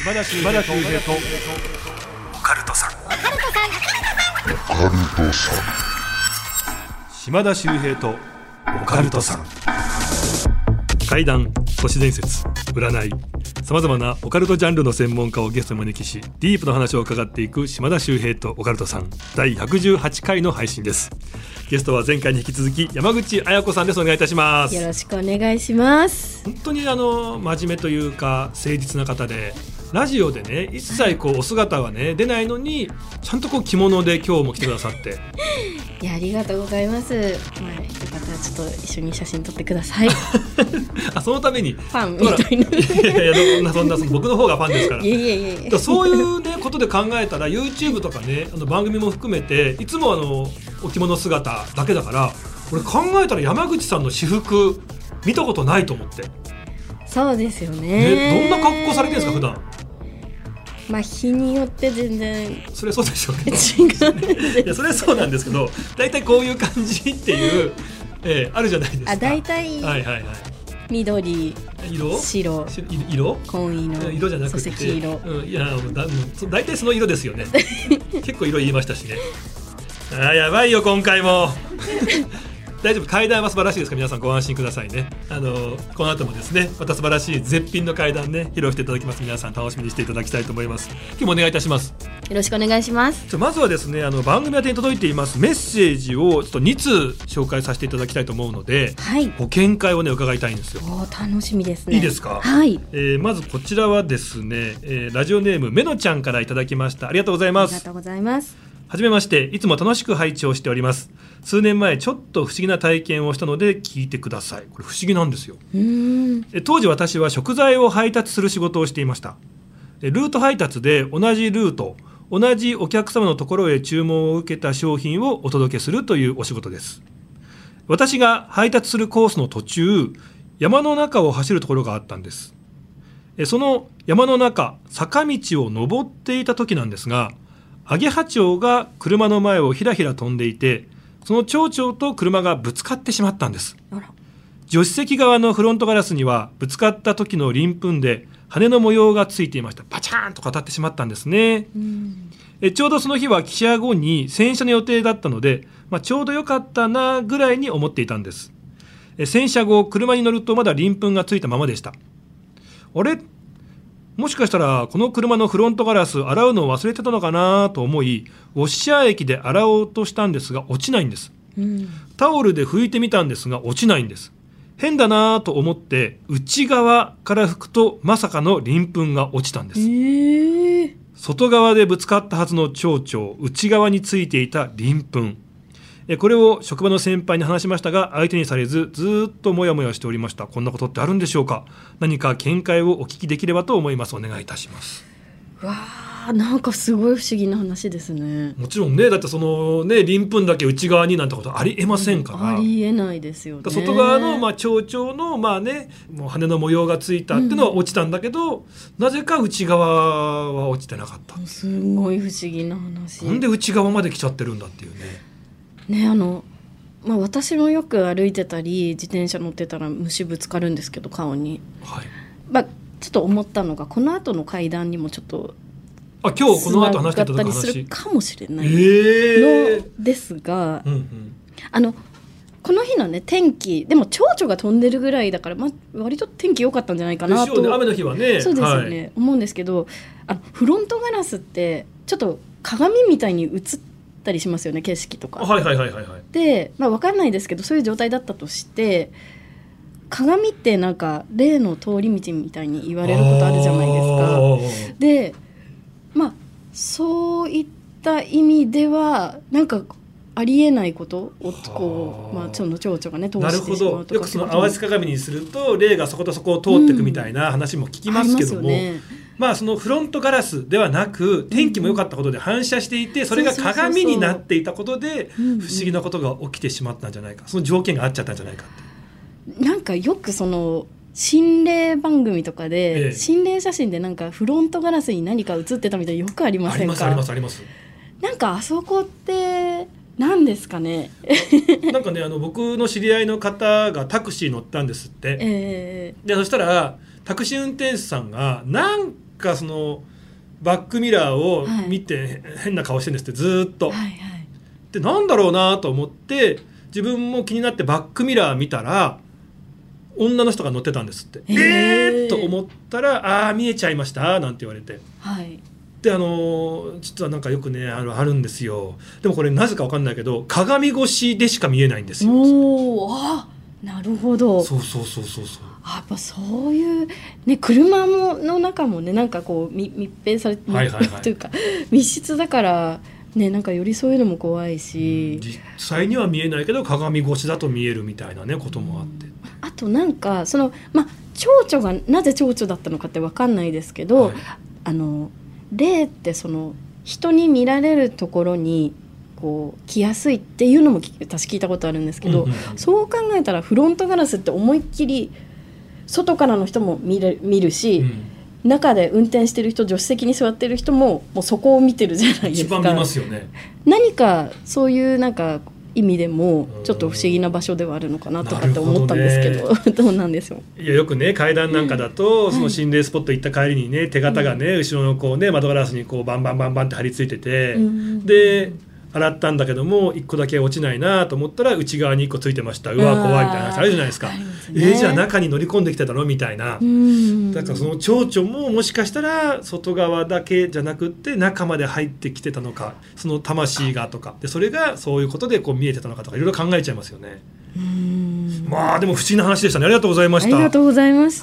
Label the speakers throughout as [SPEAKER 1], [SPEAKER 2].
[SPEAKER 1] 島田秀平とオカルトさん。島田秀平とオカルトさん。怪談、都市伝説、占い、さまざまなオカルトジャンルの専門家をゲストに招きし、ディープな話を伺っていく島田秀平とオカルトさん第118回の配信です。ゲストは前回に引き続き山口彩子さんです。お願いいたします。
[SPEAKER 2] よろしくお願いします。
[SPEAKER 1] 本当に真面目というか誠実な方で、ラジオでね一切お姿はね出ないのにちゃんと着物で今日も来てくださって
[SPEAKER 2] いや、ありがとうございます。よかったらちょっと一緒に写真撮ってください
[SPEAKER 1] そのために
[SPEAKER 2] ファンみたいな。
[SPEAKER 1] いやそんな僕の方がファンですから。
[SPEAKER 2] いや
[SPEAKER 1] そういう、ね、ことで考えたら YouTube とかね番組も含めていつもお着物姿だけだから、俺考えたら山口さんの私服見たことないと思って。
[SPEAKER 2] そうですよ ね。
[SPEAKER 1] どんな格好されてるんですか普段。
[SPEAKER 2] 日によって全然
[SPEAKER 1] それそうでしょうね。
[SPEAKER 2] 違う
[SPEAKER 1] いやそれはそうなんですけど、大体こういう感じっていう、あるじゃないですか。
[SPEAKER 2] 大体、緑、白、紺色、
[SPEAKER 1] 色じゃなくて
[SPEAKER 2] 黄色、
[SPEAKER 1] いや大体その色ですよね結構色言いましたしね。やばいよ今回も大丈夫、階段は素晴らしいですから皆さんご安心くださいね。この後もですねまた素晴らしい絶品の階段ね披露していただきます。皆さん楽しみにしていただきたいと思います。今日もお願いいたします。
[SPEAKER 2] よろしくお願いします。
[SPEAKER 1] まずはですね番組宛てに届いていますメッセージをちょっと2通紹介させていただきたいと思うので、ご見解をね伺いたいんですよ。
[SPEAKER 2] 楽しみですね。
[SPEAKER 1] いいですか。まずこちらはですね、ラジオネームめのちゃんからいただきました。ありがとうございます。
[SPEAKER 2] ありがとうございます。
[SPEAKER 1] はじめまして、いつも楽しく拝聴しております。数年前ちょっと不思議な体験をしたので聞いてください。これ不思議なんですよ。当時私は食材を配達する仕事をしていました。ルート配達で同じルート、同じお客様のところへ注文を受けた商品をお届けするというお仕事です。私が配達するコースの途中、山の中を走るところがあったんです。その山の中、坂道を登っていた時なんですが、アゲハチョウが車の前をひらひら飛んでいて、その蝶々と車がぶつかってしまったんです。助手席側のフロントガラスにはぶつかった時の鱗粉で羽の模様がついていました。パチャーンと当たってしまったんですね。ちょうどその日は汽車後に洗車の予定だったので、ちょうどよかったなぐらいに思っていたんです。洗車後車に乗るとまだ鱗粉がついたままでした。あれ、もしかしたらこの車のフロントガラス洗うのを忘れてたのかなと思い、ウォッシャー液で洗おうとしたんですが落ちないんです。タオルで拭いてみたんですが落ちないんです。変だなと思って内側から拭くとまさかの鱗粉が落ちたんです。外側でぶつかったはずの蝶々、内側についていた鱗粉。これを職場の先輩に話しましたが相手にされず、ずっとモヤモヤしておりました。こんなことってあるんでしょうか。何か見解をお聞きできればと思います。お願いいたします。
[SPEAKER 2] わー、なんかすごい不思議な話ですね。
[SPEAKER 1] もちろんね、だってそのね鱗粉だけ内側になんてことありえませんから、
[SPEAKER 2] ありえないですよね。
[SPEAKER 1] 外側の蝶々のもう羽の模様がついたっていうのは落ちたんだけど、なぜか内側は落ちてなかった。
[SPEAKER 2] すごい不思議な話。
[SPEAKER 1] なんで内側まで来ちゃってるんだっていうね。
[SPEAKER 2] 私もよく歩いてたり自転車乗ってたら虫ぶつかるんですけど顔に、ちょっと思ったのがこの後の階段にもちょっと
[SPEAKER 1] 今日この後話してた話
[SPEAKER 2] するかもしれないのですが、この日のね天気でも蝶々が飛んでるぐらいだから、割と天気良かったんじゃないかなと、
[SPEAKER 1] 雨の日はね、
[SPEAKER 2] そうですよね、思うんですけど、フロントガラスってちょっと鏡みたいに映ったりしますよね、景色とか。で、分かんないですけどそういう状態だったとして、鏡ってなんか霊の通り道みたいに言われることあるじゃないですか。で、そういった意味ではなんかありえないことをその蝶々がね通してしまうとか。
[SPEAKER 1] よくその合わせ鏡にすると霊がそことそこを通っていくみたいな話も聞きますけども、そのフロントガラスではなく天気も良かったことで反射していて、それが鏡になっていたことで不思議なことが起きてしまったんじゃないか、その条件が合っちゃったんじゃないかって。
[SPEAKER 2] なんかよくその心霊番組とかで、心霊写真でなんかフロントガラスに何か写ってたみたいなよくありませんか。
[SPEAKER 1] あります。なんか
[SPEAKER 2] あそこって何ですかね
[SPEAKER 1] なんかね僕の知り合いの方がタクシー乗ったんですって、でそしたらタクシー運転手さんが何かそのバックミラーを見て変な顔してるんですってずっと、はいはい、でなんだろうなと思って自分も気になってバックミラー見たら女の人が乗ってたんですって。と思ったら見えちゃいましたなんて言われて、はい、で実はなんかよくねあるんですよ。でもこれなぜか分かんないけど鏡越しでしか見えないんですよ。
[SPEAKER 2] なるほど。
[SPEAKER 1] そう
[SPEAKER 2] やっぱそういう、ね、車の中もねなんかこう密閉されて、というか密室だからね、なんかよりそういうのも怖いし、
[SPEAKER 1] 実際には見えないけど鏡越しだと見えるみたいなねこともあって、
[SPEAKER 2] あとなんか蝶々がなぜ蝶々だったのかって分かんないですけど、はい、霊ってその人に見られるところにこう来やすいっていうのも私聞いたことあるんですけど、そう考えたらフロントガラスって思いっきり外からの人も見るし、中で運転してる人、助手席に座ってる人ももうそこを見てるじゃないですか。
[SPEAKER 1] 一番見ますよね。
[SPEAKER 2] 何かそういうなんか意味でもちょっと不思議な場所ではあるのかなとかって思ったんですけど、どうなんでしょう。
[SPEAKER 1] いやよくね階段なんかだと、その心霊スポット行った帰りにね手形がね、後ろのこうね窓ガラスにこうバンバンバンバンって貼り付いてて、で洗ったんだけども1個だけ落ちないなと思ったら内側に1個ついてました。うわ怖いみたいな話あるじゃないですか。じゃあ中に乗り込んできただろみたいな。だからその蝶々ももしかしたら外側だけじゃなくって中まで入ってきてたのか、その魂がとかで、それがそういうことでこう見えてたのかとかいろいろ考えちゃいますよね。でも不思議な話でしたね。ありがとうございました。
[SPEAKER 2] ありがとうございました。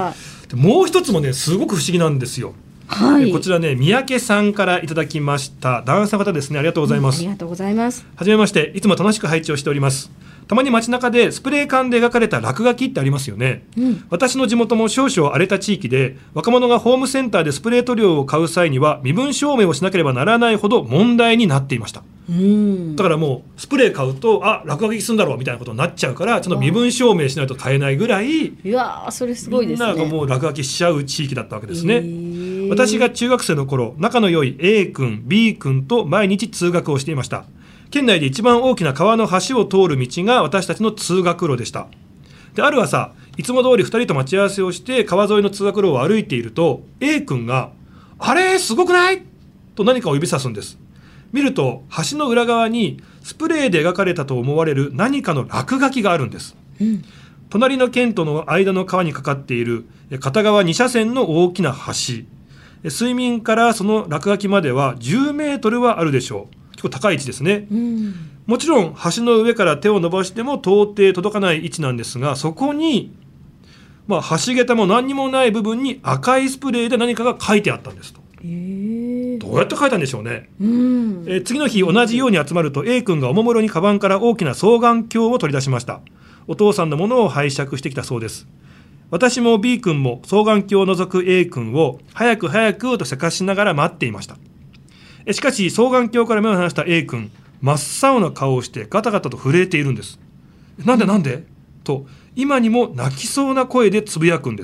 [SPEAKER 1] もう一つもねすごく不思議なんですよ。はい、こちらね三宅さんからいただきました。男性の方ですね。ありがとうございます。
[SPEAKER 2] ありがとうございます。
[SPEAKER 1] はじめまして。いつも楽しく拝聴しております。たまに街中でスプレー缶で描かれた落書きってありますよね。私の地元も少々荒れた地域で、若者がホームセンターでスプレー塗料を買う際には身分証明をしなければならないほど問題になっていました。だからもうスプレー買うと落書きするんだろうみたいなことになっちゃうから、ちょっと身分証明しないと買えないぐらい、
[SPEAKER 2] いやそれすごいですね。
[SPEAKER 1] みんながもう落書きしちゃう地域だったわけですね。私が中学生の頃、仲の良い A 君 B 君と毎日通学をしていました。県内で一番大きな川の橋を通る道が私たちの通学路でした。である朝、いつも通り2人と待ち合わせをして川沿いの通学路を歩いていると、 A 君があれすごくないと何かを指さすんです。見ると橋の裏側にスプレーで描かれたと思われる何かの落書きがあるんです。隣の県との間の川にかかっている片側2車線の大きな橋、水面からその落書きまでは10メートルはあるでしょう。結構高い位置ですね。もちろん橋の上から手を伸ばしても到底届かない位置なんですが、そこに、橋桁も何にもない部分に赤いスプレーで何かが書いてあったんですと。どうやって書いたんでしょうね。次の日同じように集まると A 君がおもむろにカバンから大きな双眼鏡を取り出しました。お父さんのものを拝借してきたそうです。私も B 君も双眼鏡を覗く A 君を早く早くとせかしながら待っていました。しかし双眼鏡から目を離した A 君、真っ青な顔をしてガタガタと震えているんです。なんでと今にも泣きそうな声でつぶやくんです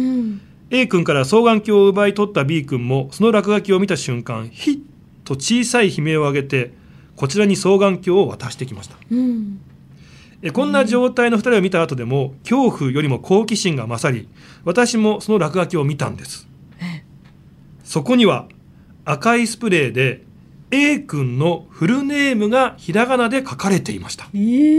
[SPEAKER 1] 。A 君から双眼鏡を奪い取った B 君もその落書きを見た瞬間、ヒッと小さい悲鳴を上げてこちらに双眼鏡を渡してきました。こんな状態の2人を見た後でも恐怖よりも好奇心が勝り、私もその落書きを見たんです。そこには赤いスプレーで A 君のフルネームがひらがなで書かれていました。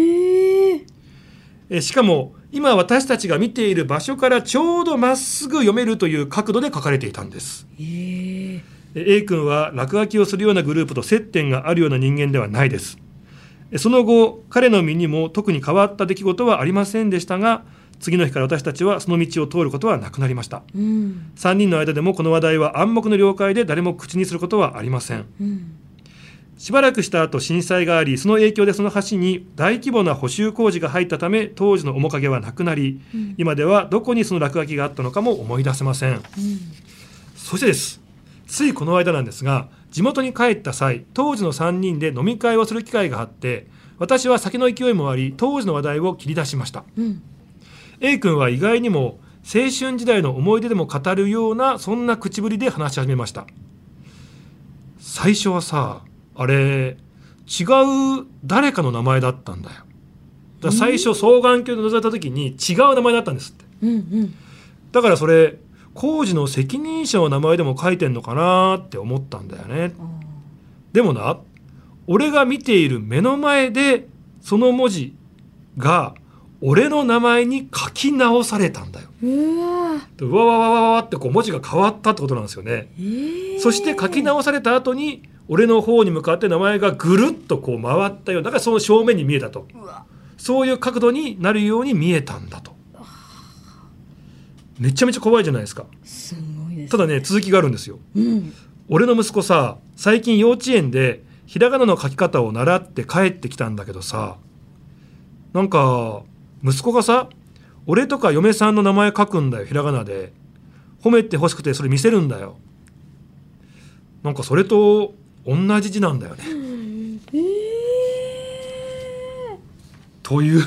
[SPEAKER 1] しかも今私たちが見ている場所からちょうどまっすぐ読めるという角度で書かれていたんです。A 君は落書きをするようなグループと接点があるような人間ではないです。その後彼の身にも特に変わった出来事はありませんでしたが、次の日から私たちはその道を通ることはなくなりました。3人の間でもこの話題は暗黙の了解で誰も口にすることはありません。しばらくした後震災があり、その影響でその橋に大規模な補修工事が入ったため当時の面影はなくなり、今ではどこにその落書きがあったのかも思い出せません。そしてです、ついこの間なんですが、地元に帰った際、当時の3人で飲み会をする機会があって、私は酒の勢いもあり当時の話題を切り出しました。A 君は意外にも青春時代の思い出でも語るようなそんな口ぶりで話し始めました。最初はさ、あれ違う誰かの名前だったんだよ。だから最初双眼鏡で覗いた時に違う名前だったんですって。だからそれ工事の責任者の名前でも書いてんのかなって思ったんだよね。でもな、俺が見ている目の前でその文字が俺の名前に書き直されたんだよ。うわわわわわってこう文字が変わったってことなんですよね。そして書き直された後に俺の方に向かって名前がぐるっとこう回ったようだからその正面に見えたと、そういう角度になるように見えたんだと。めちゃめちゃ怖いじゃないですか。
[SPEAKER 2] すごいですね。
[SPEAKER 1] ただね、続きがあるんですよ、俺の息子さ、最近幼稚園でひらがなの書き方を習って帰ってきたんだけどさ、なんか息子がさ、俺とか嫁さんの名前書くんだよ、ひらがなで。褒めて欲しくてそれ見せるんだよ。なんかそれと同じ字なんだよね。という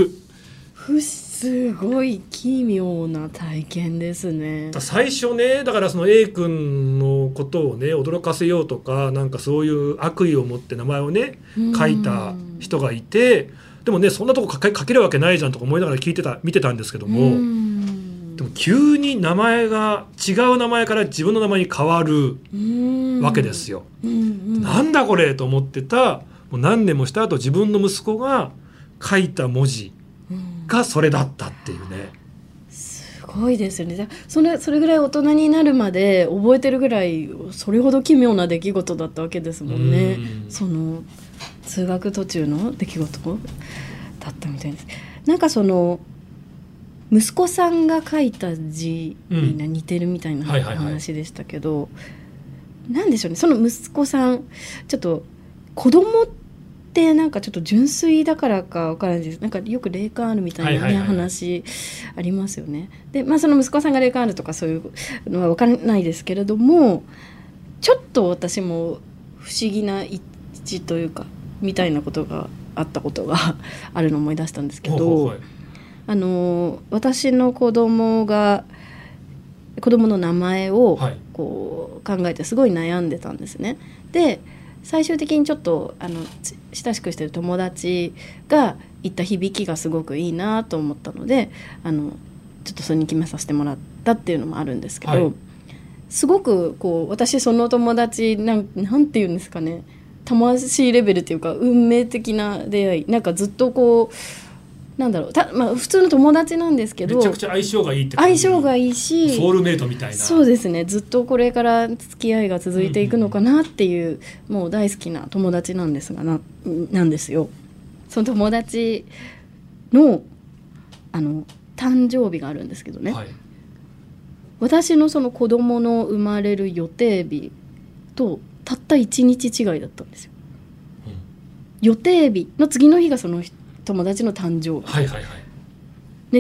[SPEAKER 2] すごい奇妙な体験ですね。
[SPEAKER 1] 最初ね、だからその A 君のことをね驚かせようとか、なんかそういう悪意を持って名前をね書いた人がいて、でもねそんなとこ書けるわけないじゃんとか思いながら見てたんですけども、でも急に名前が違う名前から自分の名前に変わるわけですよ。なんだこれと思ってた、もう何年もした後自分の息子が書いた文字がそれだったっていうね。
[SPEAKER 2] すごいですよね。それぐらい大人になるまで覚えてるぐらいそれほど奇妙な出来事だったわけですもんね。その通学途中の出来事だったみたいです。なんかその息子さんが書いた字に似てるみたいな話でしたけど、なんでしょうね、その息子さんちょっと子供ってなんかちょっと純粋だからかわからないです。なんかよく霊感あるみたいなね、話ありますよね。で、その息子さんが霊感あるとかそういうのはわからないですけれども、ちょっと私も不思議な一致というかみたいなことがあったことがあるのを思い出したんですけど、私の子供の名前をこう考えてすごい悩んでたんですね。で最終的にちょっと親しくしてる友達が言った響きがすごくいいなと思ったのでちょっとそれに決めさせてもらったっていうのもあるんですけど、すごくこう私その友達なんていうんですかね、魂レベルっていうか運命的な出会い、なんかずっとこうなんだろう、普通の友達なんですけど
[SPEAKER 1] めちゃくちゃ相性がいいって感じ。
[SPEAKER 2] 相性がいいし
[SPEAKER 1] ソウルメイトみたいな。
[SPEAKER 2] そうですね、ずっとこれから付き合いが続いていくのかなっていう、もう大好きな友達なんですがなんですよ。その友達の誕生日があるんですけどね、私のその子供の生まれる予定日とたった1日違いだったんですよ。予定日の次の日がその友達の誕生日、で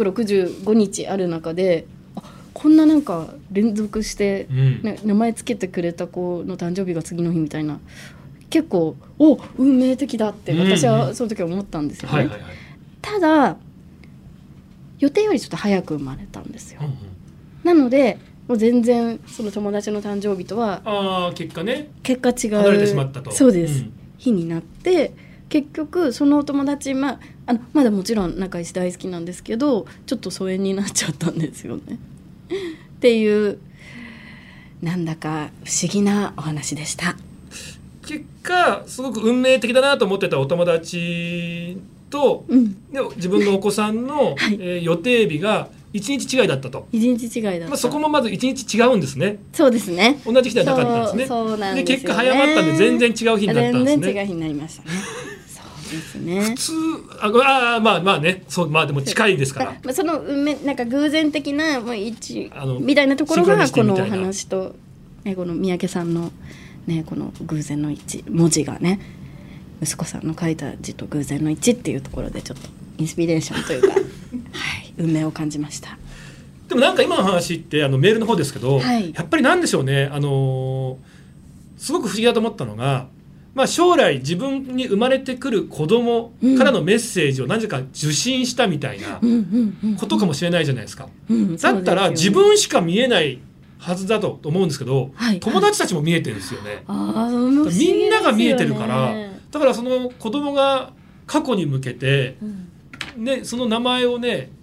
[SPEAKER 2] 365日ある中でこんななんか連続して、名前つけてくれた子の誕生日が次の日みたいな、結構運命的だって私はその時は思ったんですよね。ただ予定よりちょっと早く生まれたんですよ。なのでもう全然その友達の誕生日とは結果違う、
[SPEAKER 1] 離れてしまったと。
[SPEAKER 2] そうです、日になって結局そのお友達、まだもちろん仲いいし大好きなんですけど、ちょっと疎遠になっちゃったんですよねっていうなんだか不思議なお話でした。
[SPEAKER 1] 結果すごく運命的だなと思ってたお友達と、で自分のお子さんの、予定日が1日違いだったと。
[SPEAKER 2] 1日違いだった、
[SPEAKER 1] そこもまず1日違うんですね。
[SPEAKER 2] そうですね、
[SPEAKER 1] 同じ日ではなかったんですね。
[SPEAKER 2] そうなんですよね。
[SPEAKER 1] で結果早まったんで全然違う日になったんですね。
[SPEAKER 2] 全然違う日になりましたねそうですね。
[SPEAKER 1] 普通ね、そうでも近いですから、
[SPEAKER 2] そのなんか偶然的なみたいなところがこのお話と、この三宅さんの、この偶然の一致文字がね、息子さんの書いた字と偶然の一致っていうところでちょっとインスピレーションというか運命を感じました。
[SPEAKER 1] でもなんか今の話ってメールの方ですけど、やっぱりなんでしょうね、すごく不思議だと思ったのが、将来自分に生まれてくる子供からのメッセージを何か受信したみたいなことかもしれないじゃないですか。だったら自分しか見えないはずだと思うんですけど、友達たちも見えてるんですよね。みんなが見えてるから、だからその子供が過去に向けて、その名前をね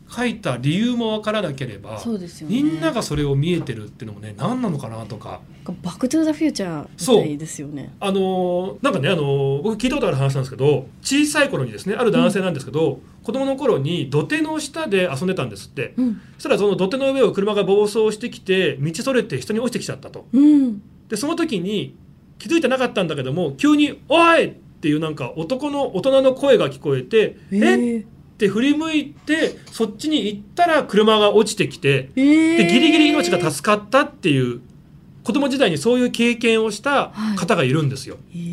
[SPEAKER 1] 書いた理由も分からなければ、
[SPEAKER 2] そうですよね、
[SPEAKER 1] みんながそれを見えてるっていうのもね、何なのかなとか。
[SPEAKER 2] バックトゥーザフューチャーみたいですよね。
[SPEAKER 1] なんかね、僕聞いたことある話なんですけど、小さい頃にですね、ある男性なんですけど、子供の頃に土手の下で遊んでたんですって、そしたらその土手の上を車が暴走してきて道それて人に落ちてきちゃったと、でその時に気づいてなかったんだけども、急に「おい!」っていうなんか大人の声が聞こえて「えっ?」って振り向いてそっちに行ったら車が落ちてきて、でギリギリ命が助かったっていう、子供時代にそういう経験をした方がいるんですよ。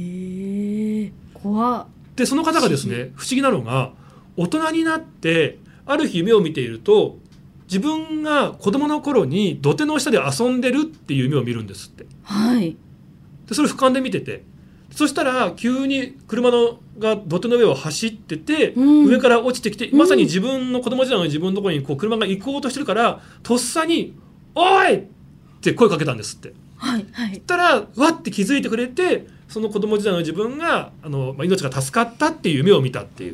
[SPEAKER 2] 怖っ。
[SPEAKER 1] でその方がですね、不思議なのが、大人になってある日夢を見ていると、自分が子供の頃に土手の下で遊んでるっていう夢を見るんですって。でそれ俯瞰で見てて、そしたら急に車が土手の上を走ってて、上から落ちてきて、まさに自分の子供時代の自分のところにこう車が行こうとしてるから、とっさに「おい!」って声かけたんですって。そしたらわって気づいてくれて、その子供時代の自分が命が助かったっていう夢を見たっていう。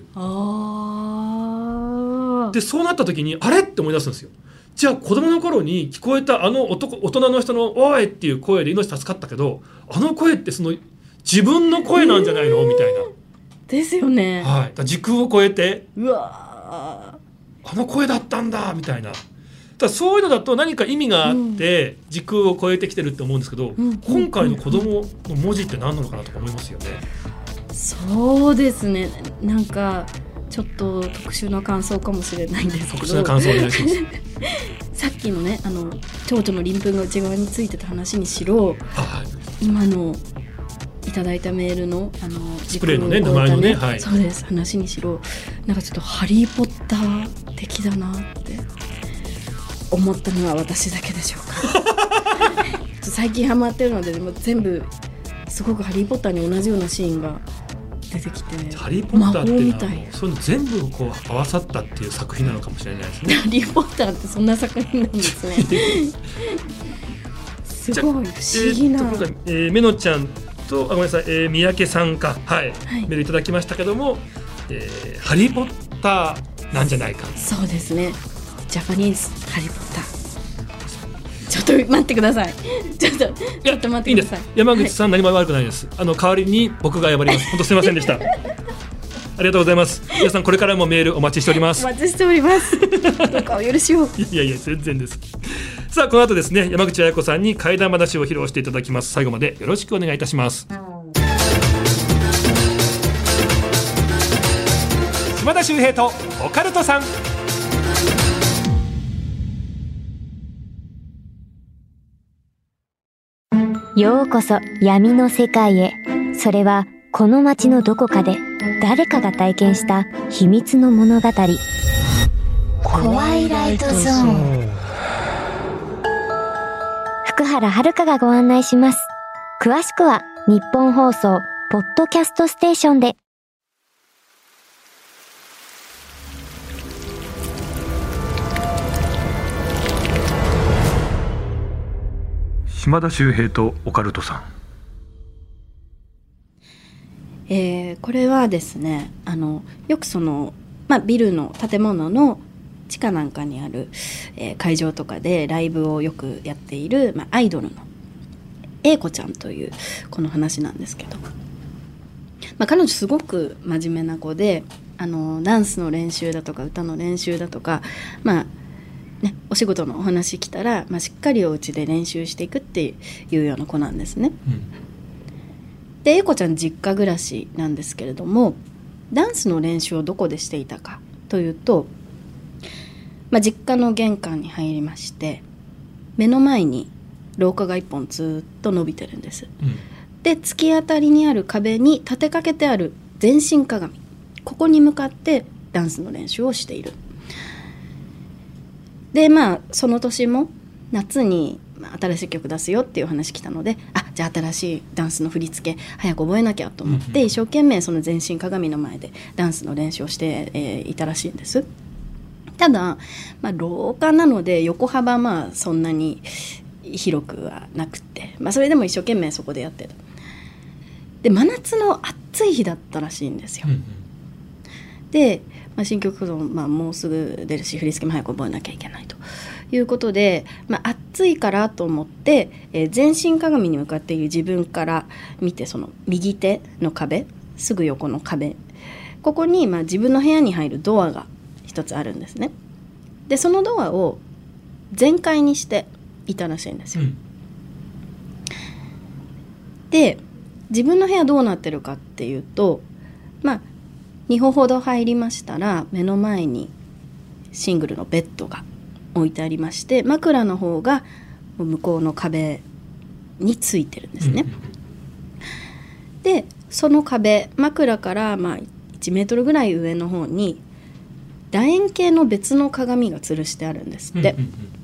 [SPEAKER 1] でそうなった時にあれって思い出すんですよ。じゃあ子供の頃に聞こえた大人の人の「おい!」っていう声で命助かったけど、あの声ってその自分の声なんじゃないのみたいな。
[SPEAKER 2] ですよね。
[SPEAKER 1] 時空を超えて、
[SPEAKER 2] うわ
[SPEAKER 1] あの声だったんだみたいな。だそういうのだと何か意味があって時空を超えてきてるって思うんですけど、今回の子供の文字って何なのかなとか思いますよね。
[SPEAKER 2] そうですね、なんかちょっと特殊な感想かもしれないんですけど、
[SPEAKER 1] 特殊な感想お願いします
[SPEAKER 2] さっきのね、蝶々の鱗粉が内側についてた話にしろ、今のいただいたメールの
[SPEAKER 1] スプレーのね、名前のね、
[SPEAKER 2] そうです話にしろ、なんかちょっとハリーポッター的だなって思ったのは私だけでしょうか最近ハマってるので、でも全部すごくハリーポッターに同じようなシーンが出てきて、
[SPEAKER 1] ハリーポッターっていうのはそういうの全部こう合わさったっていう作品なのかもしれないですね。
[SPEAKER 2] ハリーポッターってそんな作品なんですねすごい不思議な、
[SPEAKER 1] めのちゃんとごめんなさい、三宅さんか、メールいただきましたけども、ハリーポッターなんじゃないか。
[SPEAKER 2] そうですね、ジャパニーズハリーポッター。ちょっと待ってください。ちょっと待ってください。
[SPEAKER 1] 山口さん、何も悪くないです。代わりに僕が謝ります。本当すみませんでした。ありがとうございます。皆さんこれからもメールお待ちしております。
[SPEAKER 2] お待ちしております。どうかお許しを。
[SPEAKER 1] いや全然です。さあこの後ですね、山口彩子さんに怪談話を披露していただきます。最後までよろしくお願いいたします。島田秀平とオカルトさん。
[SPEAKER 3] ようこそ闇の世界へ。それはこの街のどこかで誰かが体験した秘密の物語。怖いライトゾーン。福原遥がご案内します。詳しくは日本放送ポッドキャストステーションで。
[SPEAKER 1] 島田秀平とオカルトさん。
[SPEAKER 2] これはですね、よくビルの建物の地下なんかにある、会場とかでライブをよくやっている、アイドルの A 子ちゃんというこの話なんですけど、彼女すごく真面目な子で、ダンスの練習だとか歌の練習だとか、お仕事のお話来たら、しっかりお家で練習していくっていうような子なんですね。で、A子ちゃん実家暮らしなんですけれども、ダンスの練習をどこでしていたかというと、実家の玄関に入りまして、目の前に廊下が一本ずっと伸びてるんです。で、突き当たりにある壁に立てかけてある全身鏡、ここに向かってダンスの練習をしている。で、その年も夏に新しい曲出すよっていう話来たので、じゃあ新しいダンスの振り付け早く覚えなきゃと思って、一生懸命その全身鏡の前でダンスの練習をして、いたらしいんです。ただ、廊下なので横幅そんなに広くはなくて、それでも一生懸命そこでやってる。で、真夏の暑い日だったらしいんですよ。で、 新曲も、もうすぐ出るし振り付けも早く覚えなきゃいけないということで、暑いからと思って、全身鏡に向かっている自分から見て、その右手の壁、すぐ横の壁、ここに、自分の部屋に入るドアが一つあるんですね。でそのドアを全開にしていたらしいんですよ、で自分の部屋どうなってるかっていうと、2歩ほど入りましたら目の前にシングルのベッドが置いてありまして、枕の方が向こうの壁についてるんですね、でその壁、枕から1メートルぐらい上の方に楕円形の別の鏡が吊るしてあるんですって、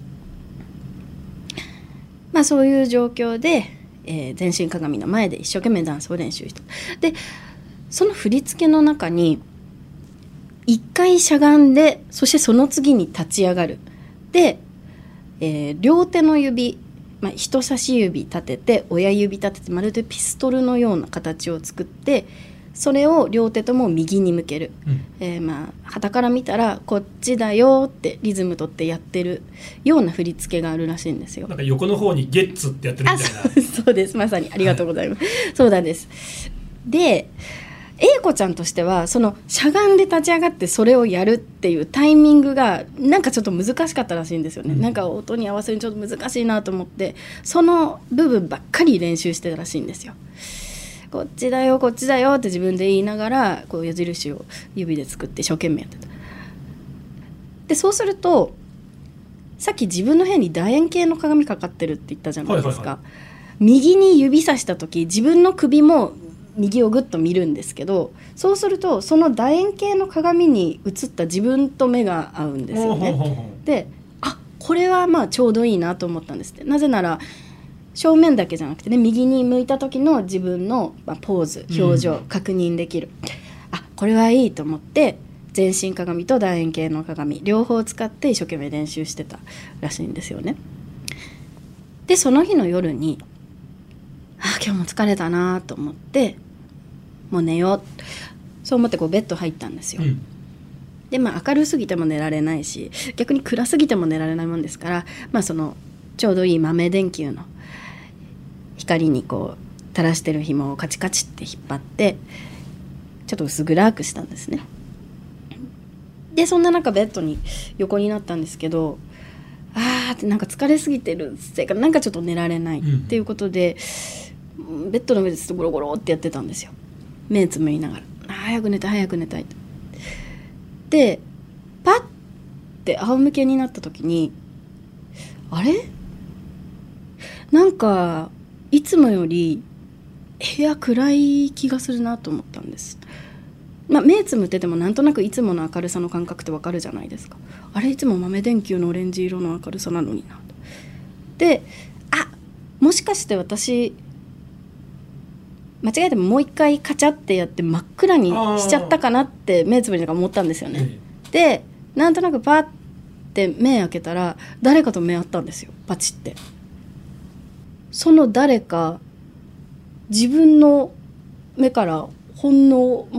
[SPEAKER 2] そういう状況で、全身鏡の前で一生懸命ダンスを練習した。でその振り付けの中に一回しゃがんで、そしてその次に立ち上がる。で、両手の指、人差し指立てて親指立てて、まるでピストルのような形を作って、それを両手とも右に向ける、傍から見たらこっちだよってリズム取ってやってるような振り付けがあるらしいんですよ。
[SPEAKER 1] なんか横の方にゲッツってやってるみたいな。
[SPEAKER 2] そうです、まさにありがとうございます、そうなんです。で英子ちゃんとしてはそのしゃがんで立ち上がってそれをやるっていうタイミングがなんかちょっと難しかったらしいんですよね、なんか音に合わせるのちょっと難しいなと思って、その部分ばっかり練習してたらしいんですよ。こっちだよこっちだよって自分で言いながらこう矢印を指で作って一生懸命やってた。でそうするとさっき自分の部屋に楕円形の鏡かかってるって言ったじゃないですか、右に指さした時自分の首も右をぐっと見るんですけど、そうするとその楕円形の鏡に映った自分と目が合うんですよね。でこれはちょうどいいなと思ったんですって。なぜなら正面だけじゃなくてね、右に向いた時の自分のポーズ表情確認できる、これはいいと思って全身鏡と楕円形の鏡両方使って一生懸命練習してたらしいんですよね。でその日の夜に今日も疲れたなと思ってもう寝よう、そう思ってベッド入ったんですよ、で明るすぎても寝られないし逆に暗すぎても寝られないもんですから、そのちょうどいい豆電球の光に垂らしてる紐をカチカチって引っ張ってちょっと薄暗くしたんですね。でそんな中ベッドに横になったんですけど、ってなんか疲れすぎてるせいかなんかちょっと寝られないっていうことで、ベッドの上でずっとゴロゴロってやってたんですよ。目つむりながら早く寝たい早く寝たいと。でパッて仰向けになった時にあれなんかいつもより部屋暗い気がするなと思ったんです。目つむっててもなんとなくいつもの明るさの感覚ってわかるじゃないですか。あれいつも豆電球のオレンジ色の明るさなのにな。でもしかして私間違えてもう一回カチャってやって真っ暗にしちゃったかなって目つぶりながら思ったんですよね。でなんとなくパッて目開けたら誰かと目合ったんですよ。パチって。その誰か自分の目からほんのもう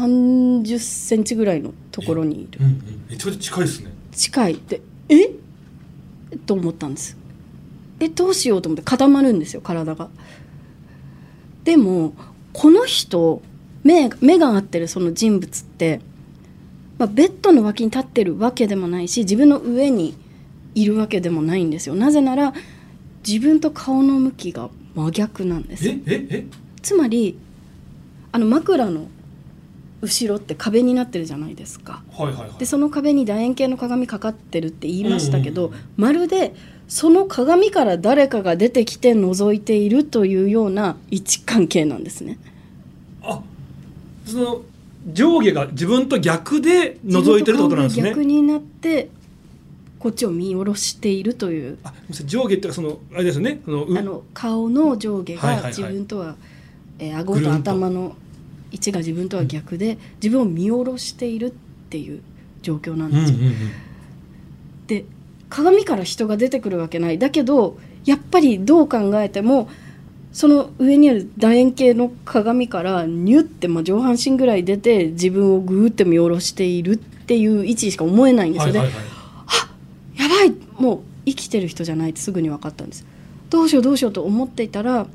[SPEAKER 2] 30センチぐらいのところにいる。
[SPEAKER 1] めちゃめちゃ近いですね。
[SPEAKER 2] 近いってと思ったんです。どうしようと思って固まるんですよ体が。でもこの人目が合ってるその人物って、ベッドの脇に立ってるわけでもないし自分の上にいるわけでもないんですよ。なぜなら自分と顔の向きが真逆なんです。つまり枕の後ろって壁になってるじゃないですか、でその壁に楕円形の鏡かかってるって言いましたけど、まるでその鏡から誰かが出てきて覗いているというような位置関係なんですね。
[SPEAKER 1] その上下が自分と逆で覗いてるってことなんですね。
[SPEAKER 2] 逆になってこっちを見下ろしているという。
[SPEAKER 1] 上下ってそのあれですよね、
[SPEAKER 2] 顔の上下が自分とは、顎と頭の位置が自分とは逆で、自分を見下ろしているっていう状況なんですよ、で鏡から人が出てくるわけない。だけどやっぱりどう考えてもその上にある楕円形の鏡からニュッて、上半身ぐらい出て自分をグーって見下ろしているっていう位置しか思えないんですよね、やばい、もう生きてる人じゃないってすぐに分かったんです。どうしようと思っていたら、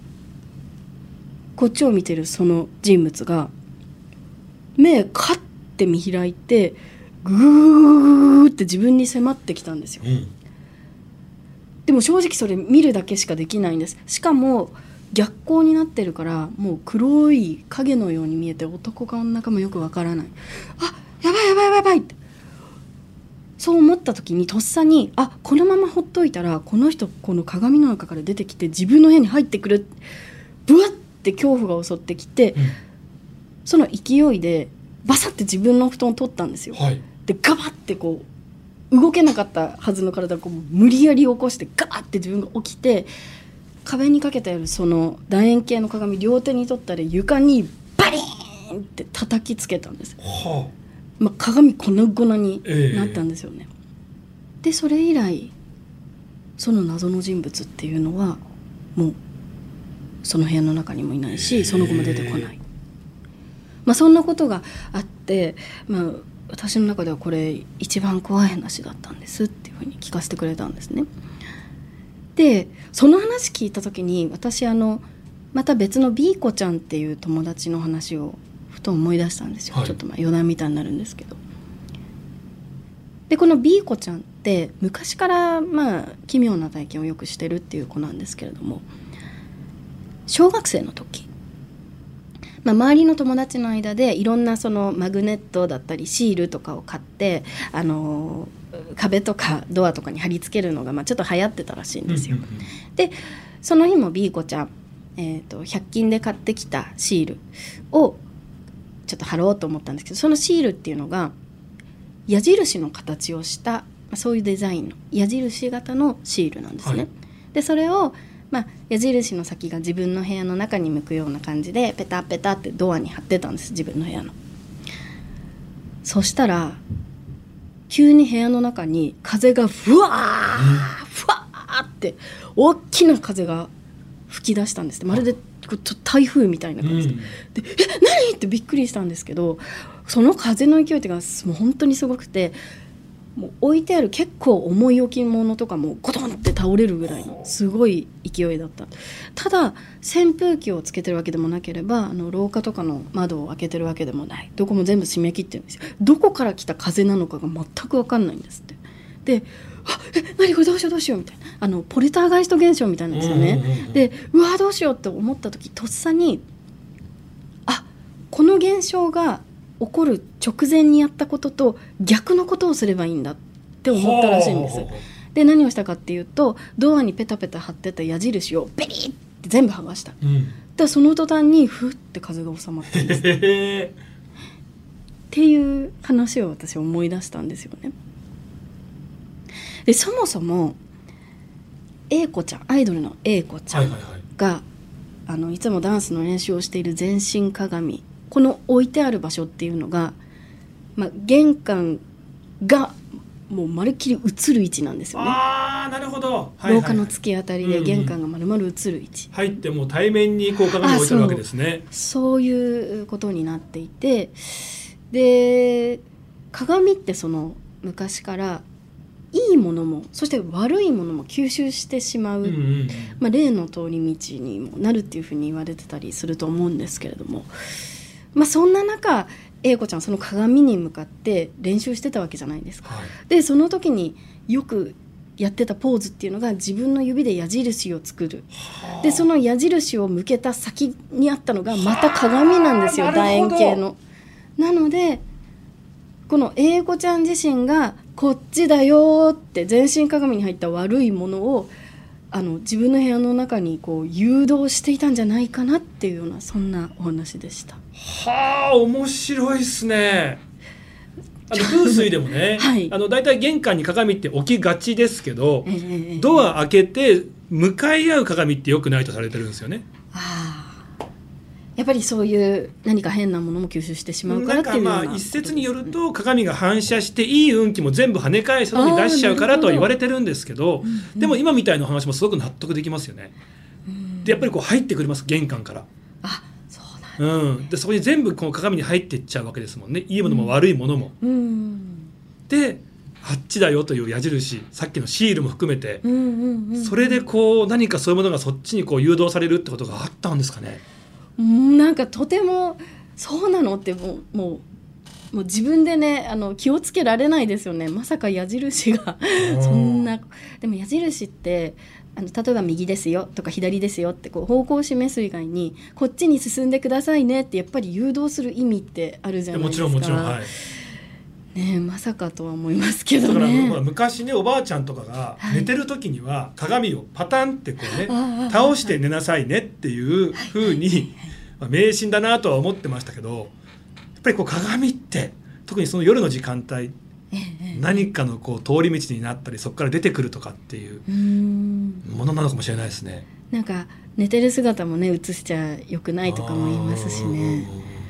[SPEAKER 2] こっちを見てるその人物が目カッて見開いてグーって自分に迫ってきたんですよ、でも正直それ見るだけしかできないんです。しかも逆光になってるからもう黒い影のように見えて、男か女かもよくわからない。やばいって、そう思った時にとっさに、このままほっといたらこの人この鏡の中から出てきて自分の部屋に入ってくる、ブワッて恐怖が襲ってきて、その勢いでバサッて自分の布団を取ったんですよ、でガバッてこう動けなかったはずの体をこう無理やり起こしてガバッて自分が起きて、壁にかけてあるその楕円形の鏡両手に取ったら床にバリーンって叩きつけたんです、鏡粉々になったんですよね、でそれ以来その謎の人物っていうのはもうその部屋の中にもいないし、その後も出てこない、そんなことがあって、私の中ではこれ一番怖い話だったんですっていうふうに聞かせてくれたんですね。でその話聞いた時に私また別の B 子ちゃんっていう友達の話をふと思い出したんですよ、ちょっと余談みたいになるんですけど、でこの B 子ちゃんって昔から奇妙な体験をよくしてるっていう子なんですけれども、小学生の時、周りの友達の間でいろんなそのマグネットだったりシールとかを買って壁とかドアとかに貼り付けるのがちょっと流行ってたらしいんですよ、でその日も B 子ちゃん、100均で買ってきたシールをちょっと貼ろうと思ったんですけど、そのシールっていうのが矢印の形をしたそういうデザインの矢印型のシールなんですね、でそれを矢印の先が自分の部屋の中に向くような感じでペタペタってドアに貼ってたんです、自分の部屋の。そしたら急に部屋の中に風がふわーって大きな風が吹き出したんです。まるで台風みたいな感じで、何ってびっくりしたんですけど、その風の勢いがもう本当にすごくて、もう置いてある結構重い置物とかもゴトンって倒れるぐらいのすごい勢いだった。ただ扇風機をつけてるわけでもなければ廊下とかの窓を開けてるわけでもない、どこも全部閉め切ってるんですよ。どこから来た風なのかが全く分かんないんですって。で何これどうしようみたいなポルターガイスト現象みたいなんですよね、でうわどうしようって思った時、とっさにこの現象が起こる直前にやったことと逆のことをすればいいんだって思ったらしいんです。で何をしたかっていうと、ドアにペタペタ貼ってた矢印をベリッって全部剥がした、でその途端にふって風が収まったんですっていう話を私思い出したんですよね。でそもそも A 子ちゃん、アイドルの A 子ちゃんが、いつもダンスの練習をしている全身鏡、この置いてある場所っていうのが、玄関がもうまるっきり映る位置なんですよね。
[SPEAKER 1] なるほど、
[SPEAKER 2] 廊下の突き当たりで玄関がまるまる映る位置、
[SPEAKER 1] 入ってもう対面にこう鏡を置いてるわけですね。
[SPEAKER 2] そういうことになっていて、で鏡ってその昔からいいものもそして悪いものも吸収してしまう、霊の通り道にもなるっていうふうに言われてたりすると思うんですけれども、そんな中 A 子ちゃんその鏡に向かって練習してたわけじゃないですか、でその時によくやってたポーズっていうのが自分の指で矢印を作る、でその矢印を向けた先にあったのがまた鏡なんですよ、楕円形の。なのでこの A 子ちゃん自身がこっちだよって全身鏡に入った悪いものを自分の部屋の中にこう誘導していたんじゃないかなっていうような、そんなお話でした。
[SPEAKER 1] 面白いですね。風水でもね、だいたい玄関に鏡って置きがちですけど、ドア開けて向かい合う鏡って良くないとされてるんですよね。
[SPEAKER 2] やっぱりそういう何か変なものも吸収してしまうからっていうような、
[SPEAKER 1] 一説によると鏡が反射していい運気も全部跳ね返すのに出しちゃうからとは言われてるんですけど、でも今みたいな話もすごく納得できますよね。 でやっぱりこう入ってくれます、玄関から。
[SPEAKER 2] あ、そうなん
[SPEAKER 1] でそこに全部この鏡に入っていっちゃうわけですもんね、いいものも悪いものも。であっちだよという矢印、さっきのシールも含めて、それでこう何かそういうものがそっちにこう誘導されるってことがあったんですかね。
[SPEAKER 2] なんかとてもそうなのってもう自分でね気をつけられないですよね。まさか矢印がそんな。でも矢印って例えば右ですよとか左ですよってこう方向を示す以外にこっちに進んでくださいねってやっぱり誘導する意味ってあるじゃないですか。
[SPEAKER 1] もちろん、はい
[SPEAKER 2] ね、まさかとは思いますけどね。
[SPEAKER 1] だから昔ね、おばあちゃんとかが寝てる時には鏡をパタンってこうね、倒して寝なさいねっていう風に迷信だなとは思ってましたけど、やっぱりこう鏡って特にその夜の時間帯、何かのこう通り道になったりそこから出てくるとかっていうものなのかもしれないですね。
[SPEAKER 2] なんか寝てる姿もね映しちゃよくないとかも言いますしね。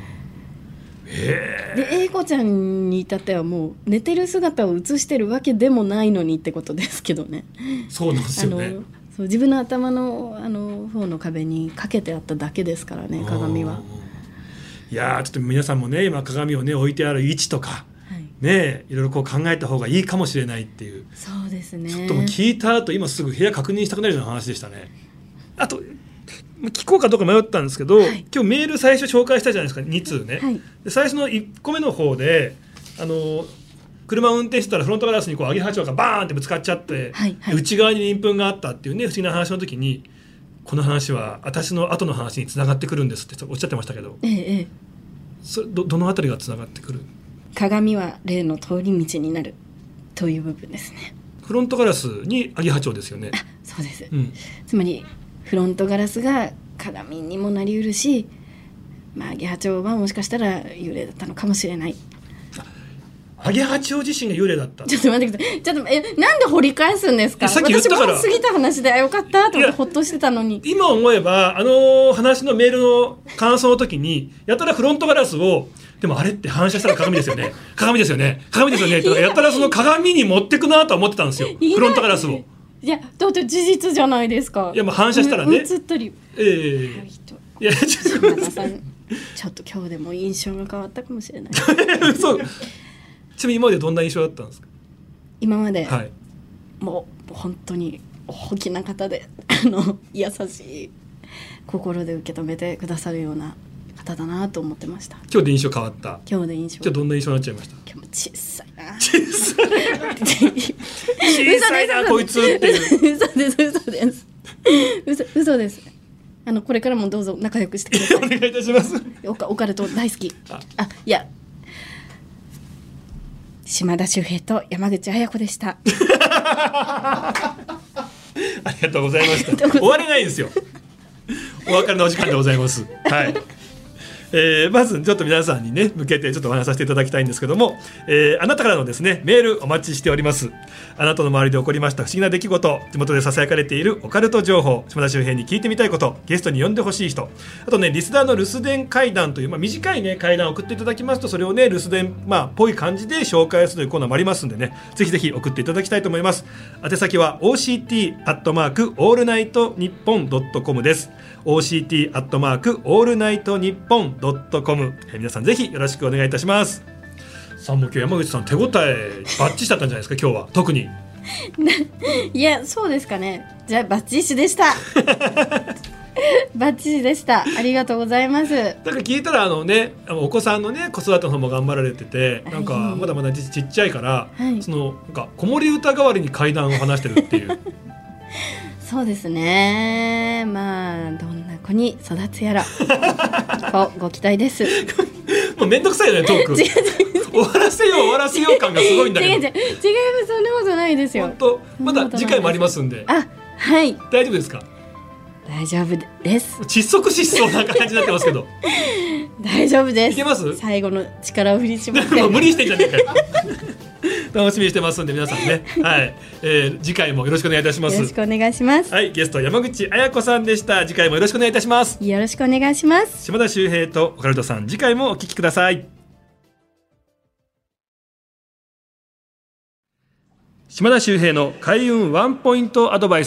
[SPEAKER 2] で英子ちゃんに至ってはもう寝てる姿を映してるわけでもないのにってことですけどね。
[SPEAKER 1] そうなんですよね。
[SPEAKER 2] そう自分の頭の方の壁にかけてあっただけですからね、鏡は。
[SPEAKER 1] いやちょっと皆さんもね今鏡をね置いてある位置とか、ね、いろいろこう考えた方がいいかもしれないっていう。
[SPEAKER 2] そうですね。
[SPEAKER 1] ちょっともう聞いた後今すぐ部屋確認したくなるような話でしたね。あと聞こうかどうか迷ったんですけど、今日メール最初紹介したじゃないですか、2通ね。で最初の1個目の方で車を運転してたらフロントガラスにこうアゲハチョウがバーンってぶつかっちゃって、内側に鱗粉があったっていうね不思議な話の時に、この話は私の後の話につながってくるんですっておっしゃってましたけど、それ どのあたりがつながってくる？
[SPEAKER 2] 鏡は例の通り道になるという部分ですね。
[SPEAKER 1] フロントガラスにアゲハチョウですよね。
[SPEAKER 2] そうです、つまりフロントガラスが鏡にもなりうるし、アゲハチョウはもしかしたら幽霊だったのかもしれない。
[SPEAKER 1] アゲハチョウ自身が幽霊だった。
[SPEAKER 2] ちょっと待ってください。ちょっとなんで掘り返すんですか。
[SPEAKER 1] さっき言ったから
[SPEAKER 2] 私も過ぎた話でよかったと思ってほっとしてたのに。
[SPEAKER 1] 今思えば話のメールの感想の時にやたらフロントガラスをでもあれって反射したら鏡ですよね鏡ですよね鏡ですよねとかやったらその鏡に持ってくなとは思ってたんですよ、フロントガラスを。
[SPEAKER 2] いやだって事実じゃないですか。
[SPEAKER 1] いや反射したらね
[SPEAKER 2] 映ったり、
[SPEAKER 1] いや
[SPEAKER 2] 島田さんちょっと今日でも印象が変わったかもしれない
[SPEAKER 1] そうちなみに今までどんな印象だったんですか。
[SPEAKER 2] 今まで、もう本当に大きな方で優しい心で受け止めてくださるような方だなと思ってました。
[SPEAKER 1] 今日で印象変わった。
[SPEAKER 2] 今日で印象。
[SPEAKER 1] じゃあどんな印象になっちゃいました。
[SPEAKER 2] 今日も小さいな。
[SPEAKER 1] 小さいなこいつっていう。
[SPEAKER 2] 嘘です。これからもどうぞ仲良くしてください。
[SPEAKER 1] お願いいたします。
[SPEAKER 2] オカルト大好き。いや。島田秀平と山口彩子でした。
[SPEAKER 1] ありがとうございました。終われないですよ。お別れのお時間でございます。はい。まずちょっと皆さんにね向けてちょっとお話しさせていただきたいんですけども、あなたからのですねメールお待ちしております。あなたの周りで起こりました不思議な出来事、地元でささやかれているオカルト情報、島田秀平に聞いてみたいこと、ゲストに呼んでほしい人、あとねリスナーの留守電怪談という、短いね怪談を送っていただきますとそれをね留守電っぽい感じで紹介するというコーナーもありますんでね、ぜひぜひ送っていただきたいと思います。宛先は OCT@allnightnippon.com です。OCT@allnightnippon.com、皆さんぜひよろしくお願いいたします。さあもう今日山口さん手応えバッチリだったんじゃないですか今日は。特に
[SPEAKER 2] いやそうですかね。じゃあバッチリでしたバッチリでした。ありがとうございます。
[SPEAKER 1] だから聞いたらお子さんのね子育ての方も頑張られてて、なんかまだまだちっちゃいから、そのなんか子守歌代わりに怪談を話してるっていう
[SPEAKER 2] そうですね。どんな子に育つやらご期待です。
[SPEAKER 1] もうめんどくさいよねトーク。終わらせよう感がすごいんだけど。違います、
[SPEAKER 2] そんなことないですよ。
[SPEAKER 1] 本当まだ次回もありますんで。
[SPEAKER 2] はい。
[SPEAKER 1] 大丈夫ですか。
[SPEAKER 2] 大丈夫です。
[SPEAKER 1] 窒息しそうな感じになってますけど
[SPEAKER 2] 大丈夫です。
[SPEAKER 1] いけます。
[SPEAKER 2] 最後の力を振り絞って
[SPEAKER 1] 無理してんじゃねえかよ楽しみにしてますんで皆さんね、次回もよろしくお願いいたします。
[SPEAKER 2] よろしくお願いします。
[SPEAKER 1] ゲスト山口彩子さんでした。次回もよろしくお願いいたします。
[SPEAKER 2] よろしくお願いします。
[SPEAKER 1] 島田秀平とオカルトさん、次回もお聞きください。島田秀平の開運ワンポイントアドバイス。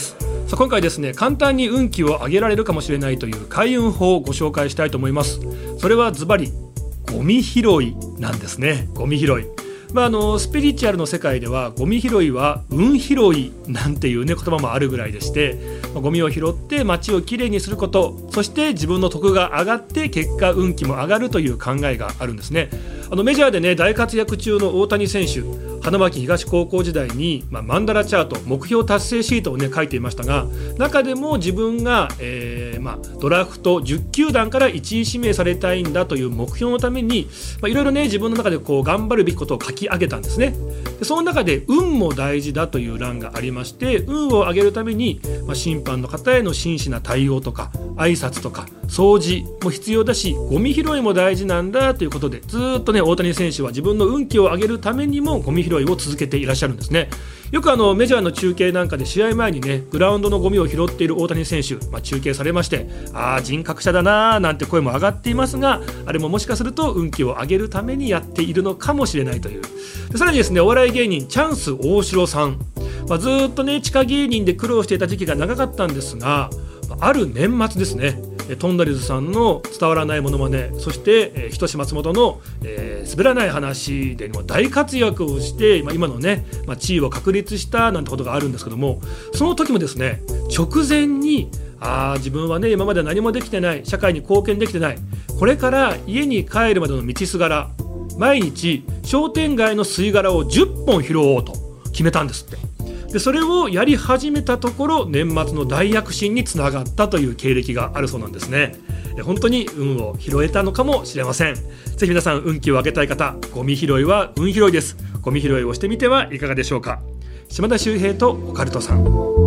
[SPEAKER 1] さあ今回ですね、簡単に運気を上げられるかもしれないという開運法をご紹介したいと思います。それはズバリゴミ拾いなんですね。ゴミ拾い、スピリチュアルの世界ではゴミ拾いは運拾いなんていうね言葉もあるぐらいでして、ゴミを拾って街をきれいにすること、そして自分の徳が上がって結果運気も上がるという考えがあるんですね。メジャーでね大活躍中の大谷選手、花巻東高校時代に、マンダラチャート、目標達成シートをね書いていましたが、中でも自分が、ドラフト10球団から1位指名されたいんだという目標のために、いろいろね自分の中でこう頑張るべきことを書き上げたんですね。でその中で運も大事だという欄がありまして、運を上げるために、審判の方への真摯な対応とか挨拶とか掃除も必要だし、ゴミ拾いも大事なんだということで、ずっとね大谷選手は自分の運気を上げるためにもゴミ拾いを続けていらっしゃるんですね。よくメジャーの中継なんかで試合前にねグラウンドのゴミを拾っている大谷選手、中継されまして、人格者だななんて声も上がっていますが、あれももしかすると運気を上げるためにやっているのかもしれないという。でさらにですね、お笑い芸人チャンス大城さん、ずっとね地下芸人で苦労していた時期が長かったんですが、ある年末ですね、トンダリズさんの伝わらないモノマネ、そしてひとし松本の、滑らない話でも大活躍をして、今のね、地位を確立したなんてことがあるんですけども、その時もですね直前に自分はね今まで何もできてない、社会に貢献できてない、これから家に帰るまでの道すがら毎日商店街の吸い殻を10本拾おうと決めたんですって。でそれをやり始めたところ、年末の大躍進につながったという経歴があるそうなんですね。本当に運を拾えたのかもしれません。ぜひ皆さん運気を上げたい方、ゴミ拾いは運拾いです。ゴミ拾いをしてみてはいかがでしょうか。島田秀平とオカルトさん。